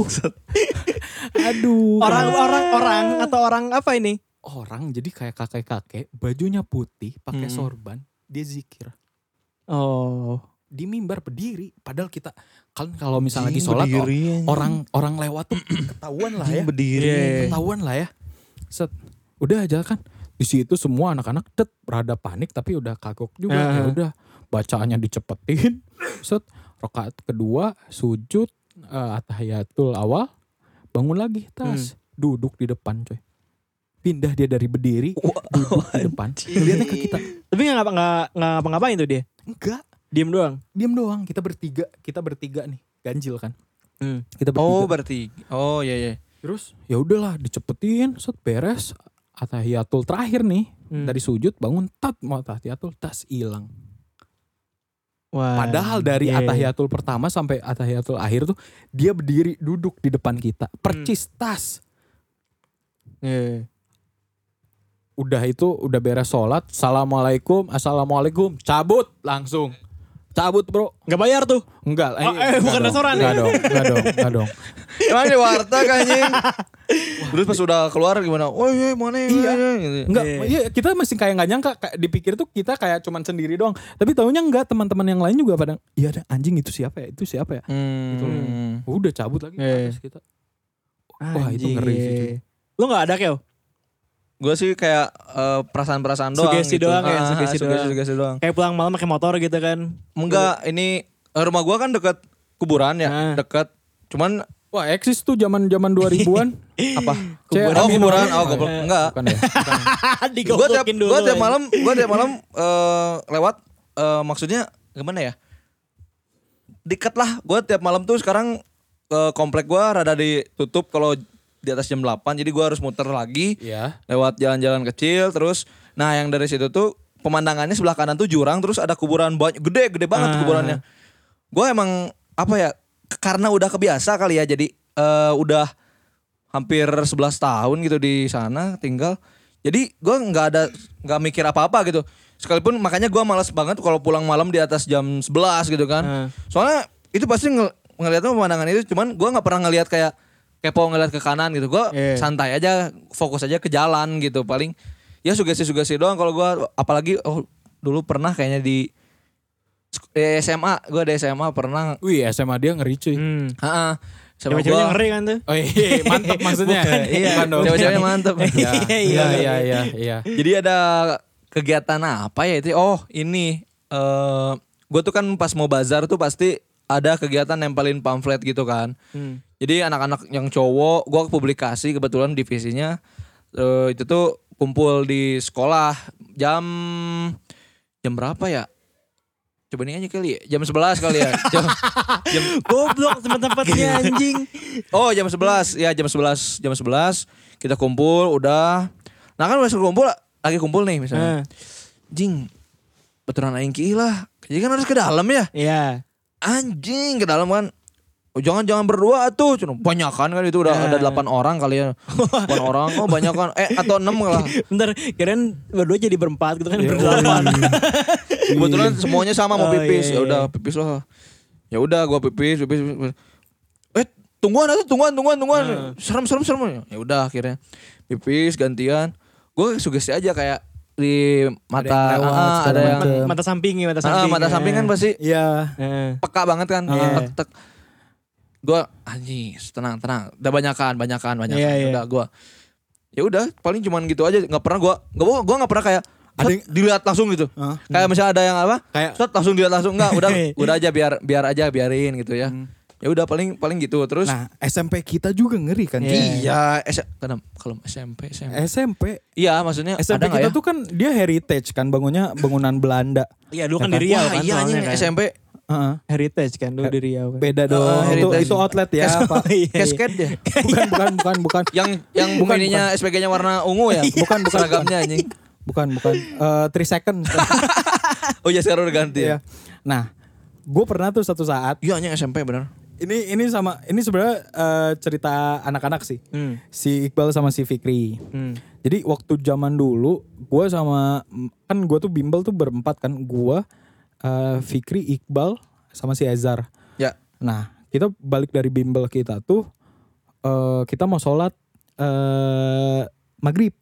aduh. Orang-orang orang atau orang apa ini? Orang jadi kayak kakek-kakek, bajunya putih, pakai Hmm. sorban, dia zikir Oh. di mimbar berdiri. Padahal kita kan kalau misalnya lagi Anjing, sholat, berdiri, oh, anjing. orang orang lewat tuh ketahuan lah ya, Anjing berdiri. Iya. ketahuan lah ya. Set, udah aja kan. Di situ semua anak-anak tet rada panik tapi udah kagok juga. Ah. Ya udah bacaannya dicepetin. Set, rakaat kedua sujud, eh, atahiyatul awal, bangun lagi tas, duduk di depan coy. Pindah dia dari berdiri, duduk di depan. Lihatnya ke kita. Tapi nggak ngapa nggak nggak ngapa-ngapain tuh dia? Enggak, Diem doang. diam doang. Kita bertiga, kita bertiga nih, ganjil kan. Hmm. Kita bertiga. Oh berarti. Oh iya iya. Terus ya udahlah dicepetin, set beres. Atahiyatul terakhir nih, Hmm. dari sujud bangun, tat mau atahiyatul, tas hilang. Wah. Padahal dari Iya. atahiyatul pertama sampai atahiyatul akhir tuh dia berdiri duduk di depan kita, percis tas. Iya. Udah itu udah beres sholat, assalamualaikum, assalamualaikum, cabut langsung, cabut bro. Nggak bayar tuh. Enggak, Oh, eh, bukan dong, restoran enggak ya? dong, enggak dong, enggak dong. Emang di warteg anjing. Terus pas udah keluar gimana? Oh iya mana ya? Iya. Gitu. Enggak, Iya. iya kita masih kayak nggak nyangka, kayak dipikir tuh kita kayak cuman sendiri doang. Tapi taunya enggak, teman-teman yang lain juga pada, iya ada anjing itu siapa ya, itu siapa ya. Hmm. Gitu loh. Udah cabut lagi ke Iya. atas kita. Wah, itu ngeri sih, cuy. Lu nggak ada Kel? Gue sih kayak eh, perasaan-perasaan doang Sugesti gitu. doang ya, Ah, sugesti doang. sugesti doang. Kayak pulang malam pakai motor gitu kan? Enggak, ini eh, rumah gua kan dekat kuburan ya, Ah. dekat. Cuman Wah, eksis tuh zaman-zaman dua ribuan. apa? Kuburan oh, minum. kuburan. Oh, goblok. Eh. Enggak. Bukan ya? Bukan. Gua tiap Digoblokin dulu. gua tiap ya. malam, gua tiap malam eh, lewat eh, maksudnya gimana ya? Dekat lah. Gua tiap malam tuh sekarang eh, komplek gua rada ditutup kalau di atas jam delapan, jadi gua harus muter lagi Iya. lewat jalan-jalan kecil terus. Nah, yang dari situ tuh pemandangannya sebelah kanan tuh jurang, terus ada kuburan banyak, gede, gede banget Ah. kuburannya. Gua emang apa ya? Karena udah kebiasa kali ya, jadi eh, udah hampir sebelas tahun gitu di sana tinggal. Jadi gue nggak ada nggak mikir apa-apa gitu. Sekalipun makanya gue malas banget kalau pulang malam di atas jam sebelas gitu kan. Hmm. Soalnya itu pasti ng- ngeliatnya pemandangan itu, cuman gue nggak pernah ngeliat kayak kepo ngeliat ke kanan gitu. Gue Iya. santai aja, fokus aja ke jalan gitu. Paling ya sugesti-sugesti doang kalau gue. Apalagi oh dulu pernah kayaknya di eh, S M A, gue di S M A pernah. Wih, S M A dia ngeri cuy. Hmm. Heeh. Sama Cewek-ceweknya gua- ngeri kan tuh. Oh iya, mantap maksudnya. Bukan, iya, Bukan dong. cewek-ceweknya mantep. Iya, Iya, iya, iya, iya, iya. Jadi ada kegiatan apa ya itu? Oh ini, eh gue tuh kan pas mau bazar tuh pasti ada kegiatan nempelin pamflet gitu kan. Hmm. Jadi anak-anak yang cowok, gua publikasi kebetulan divisinya uh, itu tuh kumpul di sekolah jam jam berapa ya? Coba nih aja kali ya, jam sebelas kali ya. Jam, jam Goblok tempat-tempatnya anjing. Oh jam sebelas, ya jam sebelas, jam sebelas kita kumpul udah. Nah kan udah kumpul, lagi kumpul nih misalnya. Heeh. Jing, betulan aing kieu lah. Jadi kan harus ke dalam ya. Iya. Anjing ke dalam kan. Oh, jangan jangan berdua tuh, cuma banyak kan kan itu udah Nah. ada delapan orang kali ya. delapan orang, oh banyak kan. Eh atau enam lah. Bentar, kirain berdua jadi berempat gitu kan Ya, berdelapan. Kebetulan semuanya sama mau Oh, pipis. iya, Ya iya. udah pipis lah. Ya udah gua pipis, pipis, pipis. Eh, tungguan atau tungguan, tungguan, tungguan. Nah. Serem, serem, serem. Ya udah akhirnya pipis gantian. Gue sugesti aja kayak di mata Ada yang lewat, ah, segala ada yang macem. Mata samping ya, mata ah, samping. mata samping kan pasti Iya. Heeh. peka banget kan. Iya. Tek, tek. Gue anjing, tenang, tenang. Udah banyakan, banyakan, banyakan. Iya, iya. Udah gue. Ya udah, paling cuman gitu aja. Nggak pernah gue, gua gua nggak pernah kayak Ada set, yang- dilihat langsung gitu. Hah? Kayak misalnya ada yang apa? Kayak Set, langsung dilihat langsung enggak, udah udah aja biar biar aja biarin gitu ya. Hmm. Ya udah paling paling gitu terus. nah S M P kita juga ngeri kan. Iya. Ci? Iya, S- kenapa kalau S M P, S M P. S M P Iya, maksudnya S M P ada nggak kita ya? tuh kan dia heritage kan, bangunnya bangunan Belanda. Iya dulu kan Ya di kan? Riau Wah, kan iya soalnya anjing kan. S M P Heeh. Heritage kan dulu di Riau kan. Beda dong. Oh, itu heritage. itu outlet ya, Pak. Iya, iya. cascade deh. Bukan bukan bukan bukan. Yang yang Bukan, ininya S P G-nya warna ungu ya? Bukan, bukan, Seragamnya anjing. Bukan bukan. Eh three second. Oh iya sekarang udah ganti ya. Iya. Nah, gue pernah tuh satu saat. Iya anjing S M P benar. Ini ini sama ini sebenarnya eh, cerita anak-anak sih. Hmm. Si Iqbal sama si Fikri. Hmm. Jadi waktu zaman dulu gue sama kan gue tuh bimbel tuh berempat kan, gue eh, Fikri, Iqbal sama si Ezar. Ya. Nah kita balik dari bimbel kita tuh eh, kita mau sholat eh, maghrib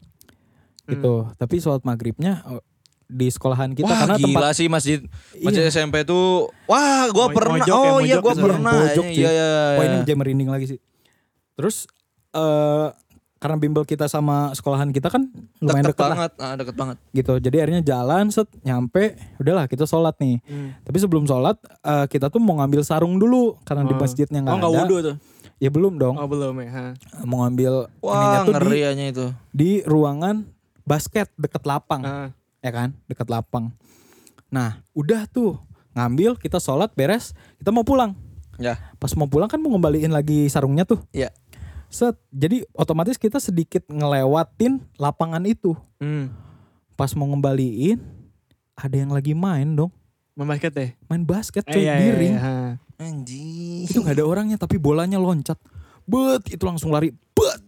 gitu. Tapi sholat maghribnya eh, di sekolahan kita Wah, karena gila tempat sih masjid masjid Iya. S M P tuh. Wah, gua Mo- pernah. mojok ya, Oh iya, mojok gua gitu. pernah. Pojok, cuy. Iya, iya, wah ini iya. jadi merinding lagi sih. Terus eh karena bimbel kita sama sekolahan kita kan lumayan Deket deket lah banget, ah, deket banget. gitu. Jadi akhirnya jalan set nyampe, udahlah kita sholat nih. Hmm. Tapi sebelum sholat eh, kita tuh mau ngambil sarung dulu karena di Oh. masjidnya nggak Oh enggak ada. wudhu tuh. Ya belum dong. Oh belum ya. Ha. Mau ngambil Wah, ininya tuh di, ngeri aja itu. di ruangan basket deket lapang, Ah. ya kan? Deket lapang. Nah, udah tuh ngambil, kita sholat beres, kita mau pulang. Ya. Pas mau pulang kan mau ngembaliin lagi sarungnya tuh. Iya. Set, jadi otomatis kita sedikit ngelewatin lapangan itu. Hmm. Pas mau ngembaliin, ada yang lagi main dong. Main basket deh. Main basket Eh, coy, iya, di iya, ring. iya, ha. Anjing. Itu gak ada orangnya tapi bolanya loncat. Bet, itu langsung lari. Bet.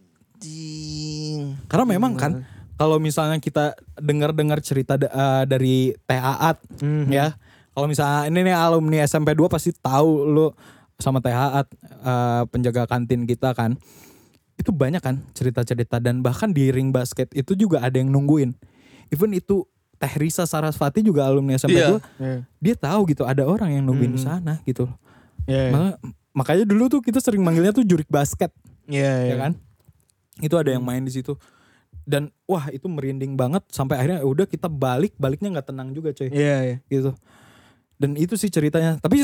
Anjing. Karena memang kan kalau misalnya kita dengar-dengar cerita da- eh, dari T A A T Mhm. ya. Kalau misalnya ini nih alumni S M P dua pasti tahu lu sama T A A T eh, penjaga kantin kita kan. Itu banyak kan cerita-cerita dan bahkan di ring basket itu juga ada yang nungguin. Even itu Teh Risa Sarasvati juga alumni S M P dua. Iya. Dia tahu gitu ada orang yang nungguin di Hmm. sana gitu. Iya. iya. Maka- makanya dulu tuh kita sering manggilnya tuh jurik basket, Iya, iya. ya kan? Itu ada yang main di situ. Dan wah itu merinding banget sampai akhirnya udah kita balik, baliknya nggak tenang juga coy, Iya, iya. gitu. Dan itu sih ceritanya. Tapi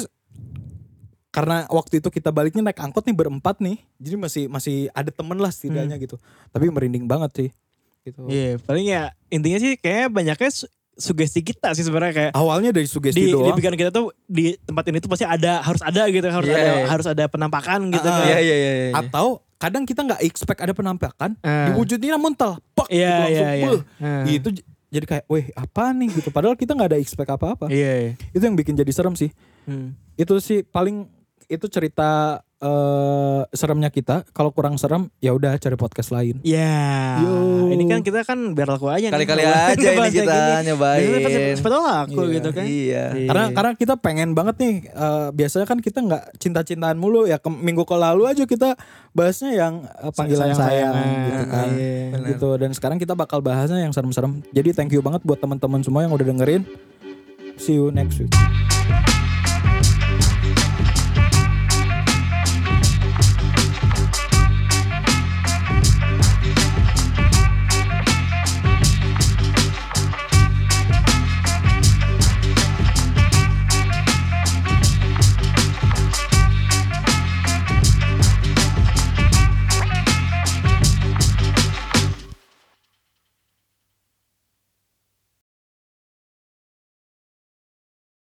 karena waktu itu kita baliknya naik angkot nih berempat nih, jadi masih masih ada temen lah setidaknya gitu. Tapi merinding banget sih, gitu. Iya, paling ya intinya sih kayaknya banyaknya su- sugesti kita sih sebenarnya kayak Awalnya dari sugesti di, di doang. pikiran kita tuh di tempat ini tuh pasti ada harus ada gitu harus Iya, ada iya. harus ada penampakan gitu Ah, kan. Iya, iya, iya, iya. Atau kadang kita nggak expect ada penampakan, Ah. diwujudin mental, pak, Iya, gitu iya, langsung, iya. beuh. Ah. Gitu j- jadi kayak, weh apa nih gitu. Padahal kita nggak ada expect apa-apa. Iya, iya. Itu yang bikin jadi serem sih. Hmm. Itu sih paling itu cerita eh, seremnya kita. Kalau kurang serem ya udah cari podcast lain. Ya, Yo. ini kan kita kan biar laku aja nih. Kali-kali Kalau aja ini bahasa kita gini. nyobain. Biasanya sepeda laku Iya. gitu kan. Iya. Karena karena kita pengen banget nih. eh, biasanya kan kita nggak cinta-cintaan mulu ya. Ke, minggu ke lalu aja kita bahasnya yang eh, panggilan sayang, Sayang-sayangan. gitu kan. Iya. Benar. Gitu. Dan sekarang kita bakal bahasnya yang serem-serem. Jadi thank you banget buat teman-teman semua yang udah dengerin. See you next week.